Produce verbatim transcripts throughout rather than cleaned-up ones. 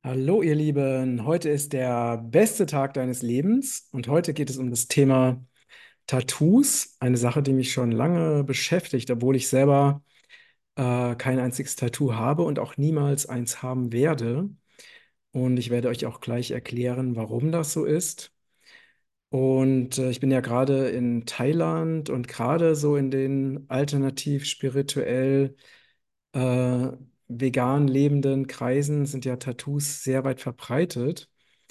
Hallo ihr Lieben, heute ist der beste Tag deines Lebens und heute geht es um das Thema Tattoos, eine Sache, die mich schon lange beschäftigt, obwohl ich selber äh, kein einziges Tattoo habe und auch niemals eins haben werde. Und ich werde euch auch gleich erklären, warum das so ist. Und äh, ich bin ja gerade in Thailand und gerade so in den alternativ spirituell äh, vegan lebenden Kreisen sind ja Tattoos sehr weit verbreitet.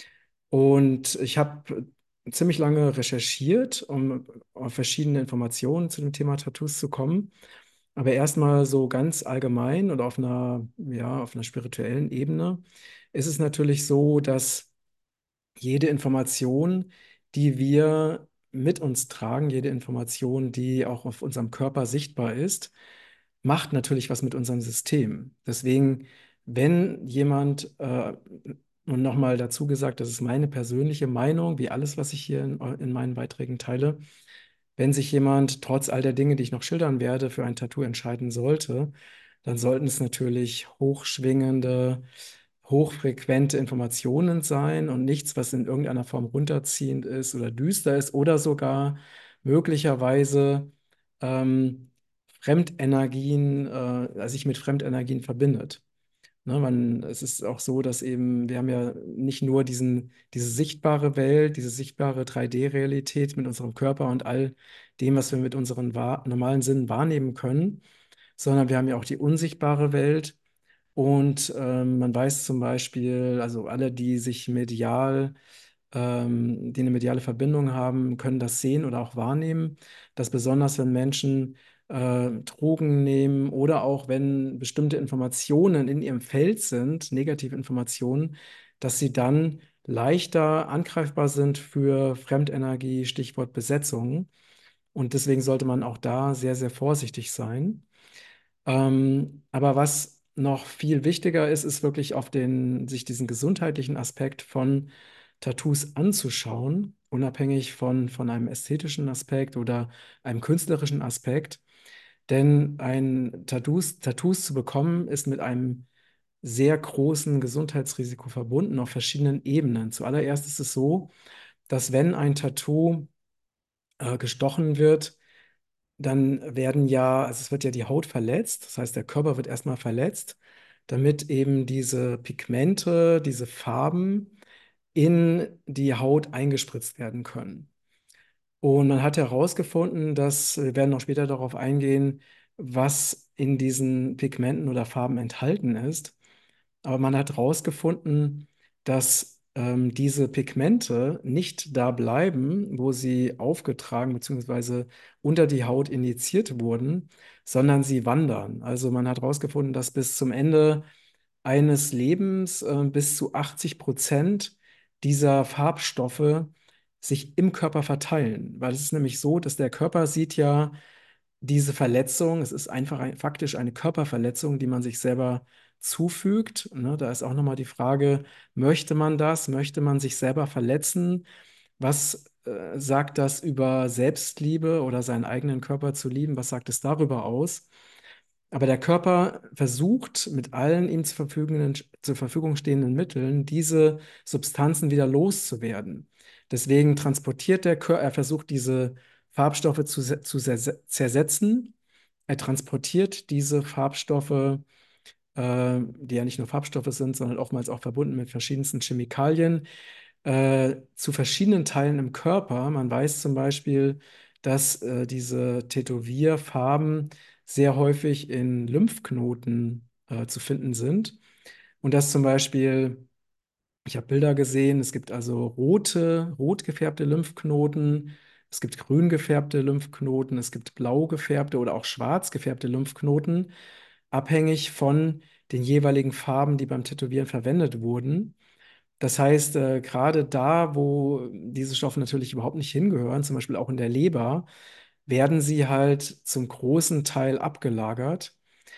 Und ich habe ziemlich lange recherchiert, um auf verschiedene Informationen zu dem Thema Tattoos zu kommen. Aber erstmal so ganz allgemein und auf einer, ja, auf einer spirituellen Ebene ist es natürlich so, dass jede Information, die wir mit uns tragen, jede Information, die auch auf unserem Körper sichtbar ist, macht natürlich was mit unserem System. Deswegen, wenn jemand, äh, und nochmal dazu gesagt, das ist meine persönliche Meinung, wie alles, was ich hier in, in meinen Beiträgen teile, wenn sich jemand trotz all der Dinge, die ich noch schildern werde, für ein Tattoo entscheiden sollte, dann sollten es natürlich hochschwingende, hochfrequente Informationen sein und nichts, was in irgendeiner Form runterziehend ist oder düster ist oder sogar möglicherweise ähm, Fremdenergien, äh, sich mit Fremdenergien verbindet. Ne, man, es ist auch so, dass eben, wir haben ja nicht nur diesen, diese sichtbare Welt, diese sichtbare drei D-Realität mit unserem Körper und all dem, was wir mit unseren wahr, normalen Sinnen wahrnehmen können, sondern wir haben ja auch die unsichtbare Welt. Und ähm, man weiß zum Beispiel, also alle, die sich medial, ähm, die eine mediale Verbindung haben, können das sehen oder auch wahrnehmen, dass besonders wenn Menschen äh, Drogen nehmen oder auch wenn bestimmte Informationen in ihrem Feld sind, negative Informationen, dass sie dann leichter angreifbar sind für Fremdenergie, Stichwort Besetzung. Und deswegen sollte man auch da sehr, sehr vorsichtig sein. Ähm, aber was noch viel wichtiger ist, ist wirklich auf den, sich diesen gesundheitlichen Aspekt von Tattoos anzuschauen, unabhängig von, von einem ästhetischen Aspekt oder einem künstlerischen Aspekt. Denn ein Tattoos, Tattoos zu bekommen, ist mit einem sehr großen Gesundheitsrisiko verbunden auf verschiedenen Ebenen. Zuallererst ist es so, dass wenn ein Tattoo äh, gestochen wird, dann werden ja, also es wird ja die Haut verletzt, das heißt, der Körper wird erstmal verletzt, damit eben diese Pigmente, diese Farben in die Haut eingespritzt werden können. Und man hat herausgefunden, dass, wir werden noch später darauf eingehen, was in diesen Pigmenten oder Farben enthalten ist. Aber man hat herausgefunden, dass ähm, diese Pigmente nicht da bleiben, wo sie aufgetragen bzw. unter die Haut injiziert wurden, sondern sie wandern. Also man hat herausgefunden, dass bis zum Ende eines Lebens äh, bis zu achtzig Prozent dieser Farbstoffe sich im Körper verteilen. Weil es ist nämlich so, dass der Körper sieht ja diese Verletzung, es ist einfach ein, faktisch eine Körperverletzung, die man sich selber zufügt. Ne? Da ist auch nochmal die Frage, möchte man das? Möchte man sich selber verletzen? Was äh, sagt das über Selbstliebe oder seinen eigenen Körper zu lieben? Was sagt es darüber aus? Aber der Körper versucht mit allen ihm zur Verfügung, zur Verfügung stehenden Mitteln, diese Substanzen wieder loszuwerden. Deswegen transportiert der Körper, er versucht diese Farbstoffe zu, se- zu zerse- zersetzen. Er transportiert diese Farbstoffe, äh, die ja nicht nur Farbstoffe sind, sondern oftmals auch verbunden mit verschiedensten Chemikalien, äh, zu verschiedenen Teilen im Körper. Man weiß zum Beispiel, dass äh, diese Tätowierfarben sehr häufig in Lymphknoten äh, zu finden sind. Und dass zum Beispiel, ich habe Bilder gesehen, es gibt also rote, rot gefärbte Lymphknoten, es gibt grün gefärbte Lymphknoten, es gibt blau gefärbte oder auch schwarz gefärbte Lymphknoten, abhängig von den jeweiligen Farben, die beim Tätowieren verwendet wurden. Das heißt, äh, gerade da, wo diese Stoffe natürlich überhaupt nicht hingehören, zum Beispiel auch in der Leber, werden sie halt zum großen Teil abgelagert.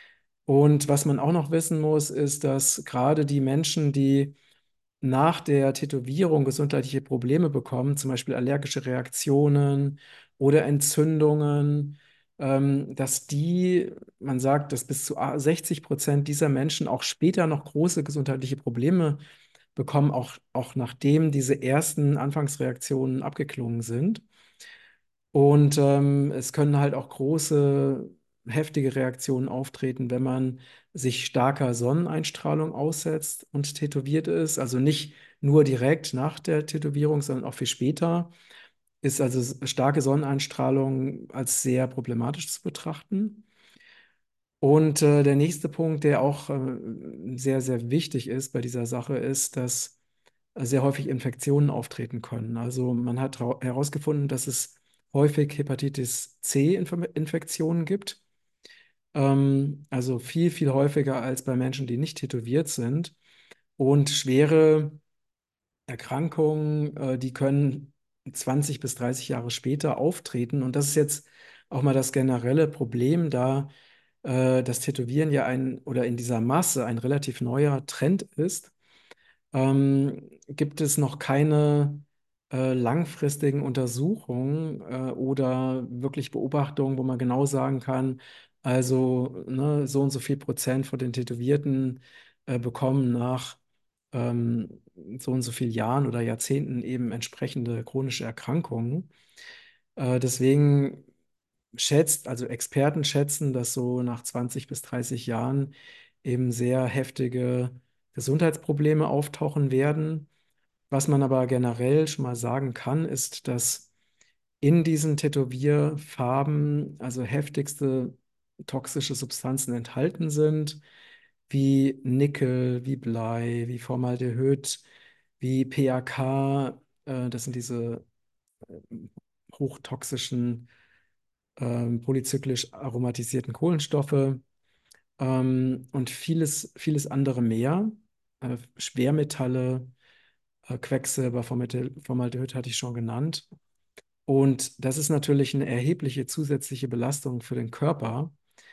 Und was man auch noch wissen muss, ist, dass gerade die Menschen, die nach der Tätowierung gesundheitliche Probleme bekommen, zum Beispiel allergische Reaktionen oder Entzündungen, ähm, dass die, man sagt, dass bis zu sechzig Prozent dieser Menschen auch später noch große gesundheitliche Probleme bekommen, auch, auch nachdem diese ersten Anfangsreaktionen abgeklungen sind. Und ähm, es können halt auch große, heftige Reaktionen auftreten, wenn man sich starker Sonneneinstrahlung aussetzt und tätowiert ist. Also nicht nur direkt nach der Tätowierung, sondern auch viel später. Ist also s- starke Sonneneinstrahlung als sehr problematisch zu betrachten. Und äh, der nächste Punkt, der auch äh, sehr, sehr wichtig ist bei dieser Sache, ist, dass sehr häufig Infektionen auftreten können. Also man hat rau- herausgefunden, dass es häufig Hepatitis C-Infektionen gibt. Ähm, also viel, viel häufiger als bei Menschen, die nicht tätowiert sind. Und schwere Erkrankungen, äh, die können zwanzig bis dreißig Jahre später auftreten. Und das ist jetzt auch mal das generelle Problem, da äh, das Tätowieren ja ein oder in dieser Masse ein relativ neuer Trend ist, ähm, gibt es noch keine äh, langfristigen Untersuchungen äh, oder wirklich Beobachtungen, wo man genau sagen kann, also ne, so und so viel Prozent von den Tätowierten äh, bekommen nach ähm, so und so vielen Jahren oder Jahrzehnten eben entsprechende chronische Erkrankungen. Äh, deswegen schätzt, also Experten schätzen, dass so nach zwanzig bis dreißig Jahren eben sehr heftige Gesundheitsprobleme auftauchen werden. Was man aber generell schon mal sagen kann, ist, dass in diesen Tätowierfarben also heftigste toxische Substanzen enthalten sind, wie Nickel, wie Blei, wie Formaldehyd, wie P A K. Äh, das sind diese hochtoxischen ähm, polyzyklisch aromatisierten Kohlenstoffe ähm, und vieles, vieles andere mehr. Äh, Schwermetalle, äh, Quecksilber, Formaldehyd, Formaldehyd hatte ich schon genannt. Und das ist natürlich eine erhebliche zusätzliche Belastung für den Körper,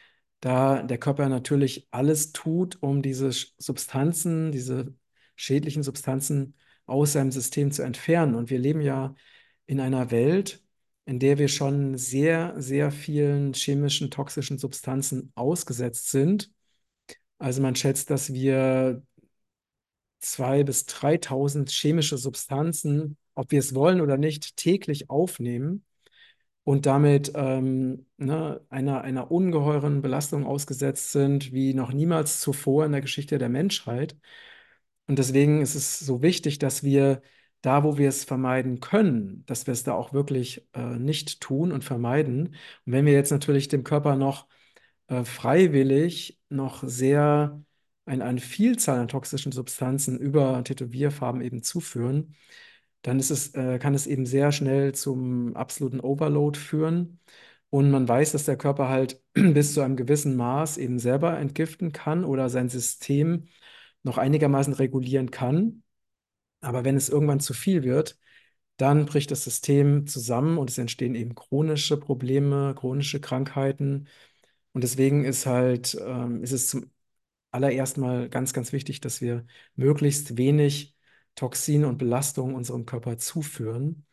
da der Körper natürlich alles tut, um diese Sch- Substanzen, diese schädlichen Substanzen aus seinem System zu entfernen. Und wir leben ja in einer Welt, in der wir schon sehr, sehr vielen chemischen, toxischen Substanzen ausgesetzt sind. Also man schätzt, dass wir zweitausend bis dreitausend chemische Substanzen, ob wir es wollen oder nicht, täglich aufnehmen und damit ähm, ne, einer, einer ungeheuren Belastung ausgesetzt sind, wie noch niemals zuvor in der Geschichte der Menschheit. Und deswegen ist es so wichtig, dass wir da, wo wir es vermeiden können, dass wir es da auch wirklich äh, nicht tun und vermeiden. Und wenn wir jetzt natürlich dem Körper noch äh, freiwillig noch sehr ein, eine Vielzahl an toxischen Substanzen über Tätowierfarben eben zuführen, dann ist es, äh, kann es eben sehr schnell zum absoluten Overload führen. Und man weiß, dass der Körper halt bis zu einem gewissen Maß eben selber entgiften kann oder sein System noch einigermaßen regulieren kann. Aber wenn es irgendwann zu viel wird, dann bricht das System zusammen und es entstehen eben chronische Probleme, chronische Krankheiten. Und deswegen ist halt, ähm, ist es zum allererst mal ganz, ganz wichtig, dass wir möglichst wenig Toxine und Belastungen unserem Körper zuführen.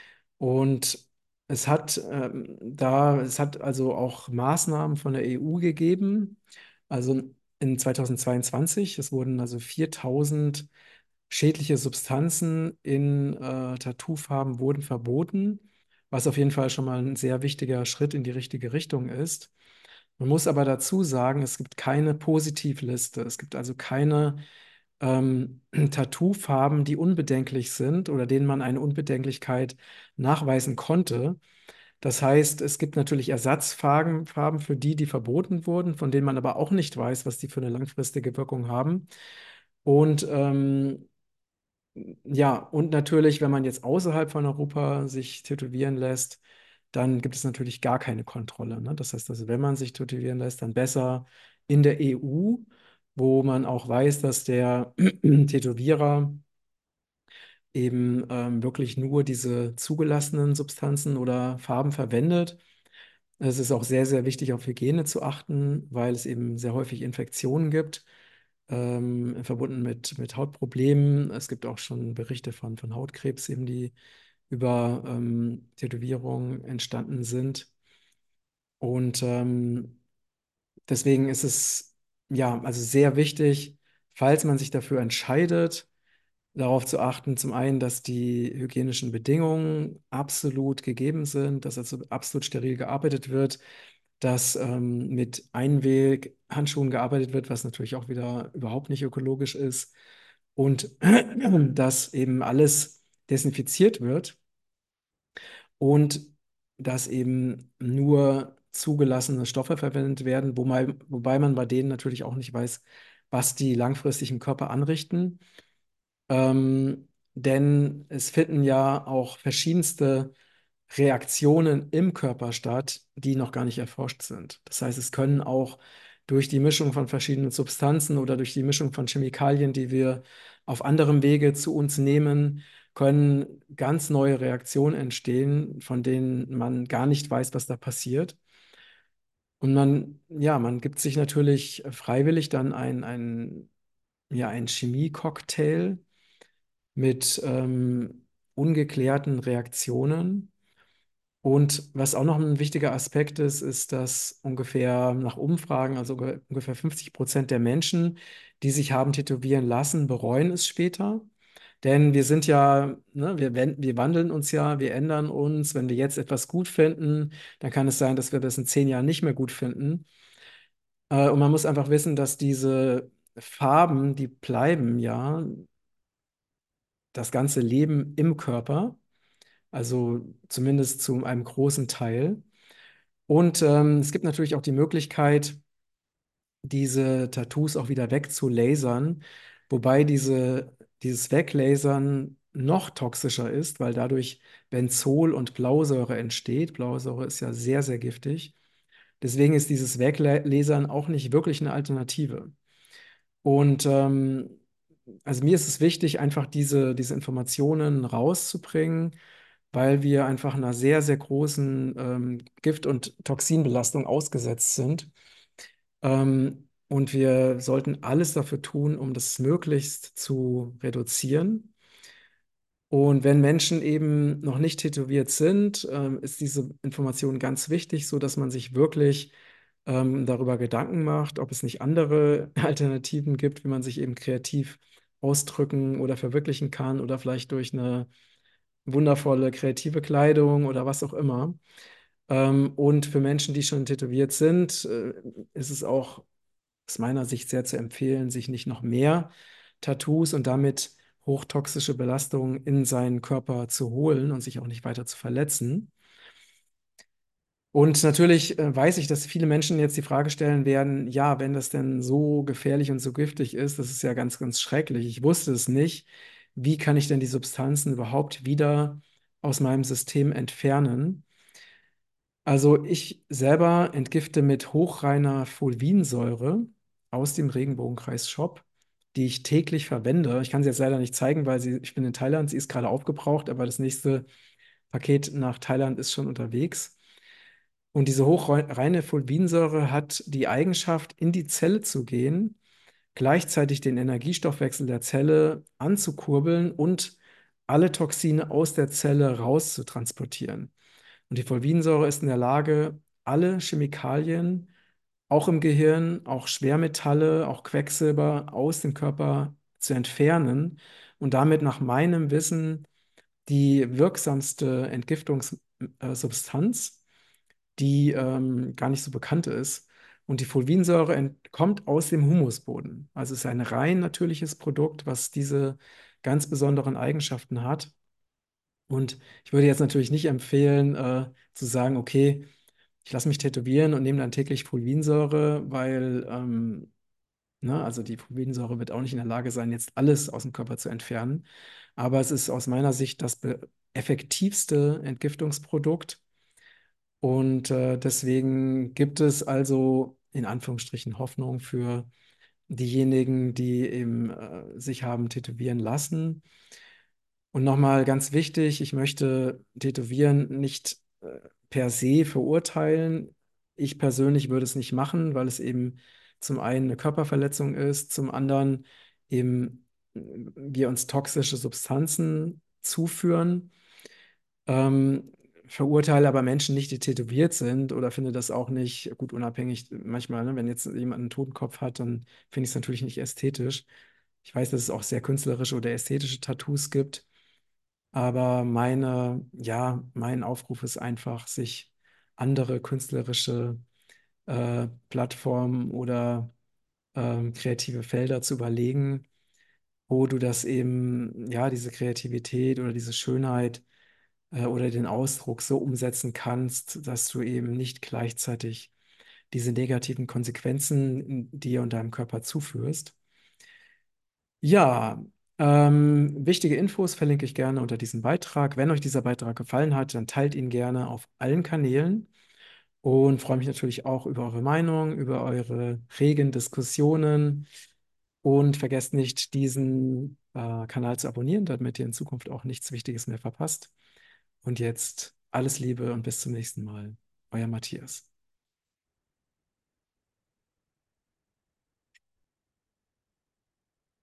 Und es hat ähm, da, es hat also auch Maßnahmen von der E U gegeben. Also in zweitausendzweiundzwanzig, es wurden also viertausend schädliche Substanzen in äh, Tattoofarben wurden verboten, was auf jeden Fall schon mal ein sehr wichtiger Schritt in die richtige Richtung ist. Man muss aber dazu sagen, es gibt keine Positivliste. Es gibt also keine ähm, Tattoofarben, die unbedenklich sind oder denen man eine Unbedenklichkeit nachweisen konnte. Das heißt, es gibt natürlich Ersatzfarben Farben für die, die verboten wurden, von denen man aber auch nicht weiß, was die für eine langfristige Wirkung haben. Und ähm, ja, und natürlich, wenn man jetzt außerhalb von Europa sich tätowieren lässt, dann gibt es natürlich gar keine Kontrolle. Ne? Das heißt also, wenn man sich tätowieren lässt, dann besser in der E U, wo man auch weiß, dass der Tätowierer eben ähm, wirklich nur diese zugelassenen Substanzen oder Farben verwendet. Es ist auch sehr, sehr wichtig, auf Hygiene zu achten, weil es eben sehr häufig Infektionen gibt, ähm, verbunden mit, mit Hautproblemen. Es gibt auch schon Berichte von, von Hautkrebs, eben, die über ähm, Tätowierungen entstanden sind. Und ähm, deswegen ist es ja also sehr wichtig, falls man sich dafür entscheidet, darauf zu achten, zum einen, dass die hygienischen Bedingungen absolut gegeben sind, dass also absolut steril gearbeitet wird, dass ähm, mit Einweghandschuhen gearbeitet wird, was natürlich auch wieder überhaupt nicht ökologisch ist, und dass eben alles desinfiziert wird und dass eben nur zugelassene Stoffe verwendet werden, wobei, wobei man bei denen natürlich auch nicht weiß, was die langfristig im Körper anrichten. Ähm, denn es finden ja auch verschiedenste Reaktionen im Körper statt, die noch gar nicht erforscht sind. Das heißt, es können auch durch die Mischung von verschiedenen Substanzen oder durch die Mischung von Chemikalien, die wir auf anderem Wege zu uns nehmen, können ganz neue Reaktionen entstehen, von denen man gar nicht weiß, was da passiert. Und man, ja, man gibt sich natürlich freiwillig dann ein, ein, ja, ein Chemie-Cocktail mit ähm, ungeklärten Reaktionen. Und was auch noch ein wichtiger Aspekt ist, ist, dass ungefähr nach Umfragen, also unge- ungefähr fünfzig Prozent der Menschen, die sich haben tätowieren lassen, bereuen es später. Denn wir sind ja, ne, wir, wen- wir wandeln uns ja, wir ändern uns. Wenn wir jetzt etwas gut finden, dann kann es sein, dass wir das in zehn Jahren nicht mehr gut finden. Äh, und man muss einfach wissen, dass diese Farben, die bleiben ja das ganze Leben im Körper, also zumindest zu einem großen Teil. Und ähm, es gibt natürlich auch die Möglichkeit, diese Tattoos auch wieder wegzulasern, wobei diese, dieses Weglasern noch toxischer ist, weil dadurch Benzol und Blausäure entsteht. Blausäure ist ja sehr, sehr giftig. Deswegen ist dieses Weglasern auch nicht wirklich eine Alternative. Und ähm, also mir ist es wichtig, einfach diese, diese Informationen rauszubringen, weil wir einfach einer sehr, sehr großen ähm, Gift- und Toxinbelastung ausgesetzt sind. Ähm, und wir sollten alles dafür tun, um das möglichst zu reduzieren. Und wenn Menschen eben noch nicht tätowiert sind, ähm, ist diese Information ganz wichtig, so dass man sich wirklich ähm, darüber Gedanken macht, ob es nicht andere Alternativen gibt, wie man sich eben kreativ ausdrücken oder verwirklichen kann oder vielleicht durch eine wundervolle kreative Kleidung oder was auch immer. Ähm, und für Menschen, die schon tätowiert sind, äh, ist es auch aus meiner Sicht sehr zu empfehlen, sich nicht noch mehr Tattoos und damit hochtoxische Belastungen in seinen Körper zu holen und sich auch nicht weiter zu verletzen. Und natürlich äh, weiß ich, dass viele Menschen jetzt die Frage stellen werden, ja, wenn das denn so gefährlich und so giftig ist, das ist ja ganz, ganz schrecklich. Ich wusste es nicht. Wie kann ich denn die Substanzen überhaupt wieder aus meinem System entfernen? Also ich selber entgifte mit hochreiner Fulvinsäure aus dem Regenbogenkreis-Shop, die ich täglich verwende. Ich kann sie jetzt leider nicht zeigen, weil sie, ich bin in Thailand, sie ist gerade aufgebraucht, aber das nächste Paket nach Thailand ist schon unterwegs. Und diese hochreine Fulvinsäure hat die Eigenschaft, in die Zelle zu gehen, gleichzeitig den Energiestoffwechsel der Zelle anzukurbeln und alle Toxine aus der Zelle rauszutransportieren. Und die Fulvinsäure ist in der Lage, alle Chemikalien, auch im Gehirn, auch Schwermetalle, auch Quecksilber aus dem Körper zu entfernen und damit nach meinem Wissen die wirksamste Entgiftungssubstanz, die ähm, gar nicht so bekannt ist. Und die Fulvinsäure ent- kommt aus dem Humusboden. Also es ist ein rein natürliches Produkt, was diese ganz besonderen Eigenschaften hat. Und ich würde jetzt natürlich nicht empfehlen, äh, zu sagen, okay, ich lasse mich tätowieren und nehme dann täglich Fulvinsäure, weil, ähm, ne, also die Fulvinsäure wird auch nicht in der Lage sein, jetzt alles aus dem Körper zu entfernen. Aber es ist aus meiner Sicht das be- effektivste Entgiftungsprodukt. Und äh, deswegen gibt es also in Anführungsstrichen Hoffnung für diejenigen, die eben äh, sich haben tätowieren lassen. Und nochmal ganz wichtig, ich möchte Tätowieren nicht äh, per se verurteilen. Ich persönlich würde es nicht machen, weil es eben zum einen eine Körperverletzung ist, zum anderen eben äh, wir uns toxische Substanzen zuführen. Ähm, Verurteile aber Menschen nicht, die tätowiert sind oder finde das auch nicht gut unabhängig. Manchmal, ne, wenn jetzt jemand einen Totenkopf hat, dann finde ich es natürlich nicht ästhetisch. Ich weiß, dass es auch sehr künstlerische oder ästhetische Tattoos gibt, aber meine, ja, mein Aufruf ist einfach, sich andere künstlerische äh, Plattformen oder ähm, kreative Felder zu überlegen, wo du das eben, ja, diese Kreativität oder diese Schönheit äh, oder den Ausdruck so umsetzen kannst, dass du eben nicht gleichzeitig diese negativen Konsequenzen in dir und deinem Körper zuführst. Ja, ähm, wichtige Infos verlinke ich gerne unter diesem Beitrag. Wenn euch dieser Beitrag gefallen hat, dann teilt ihn gerne auf allen Kanälen und freue mich natürlich auch über eure Meinung, über eure regen Diskussionen und vergesst nicht, diesen äh, Kanal zu abonnieren, damit ihr in Zukunft auch nichts Wichtiges mehr verpasst. Und jetzt alles Liebe und bis zum nächsten Mal. Euer Matthias.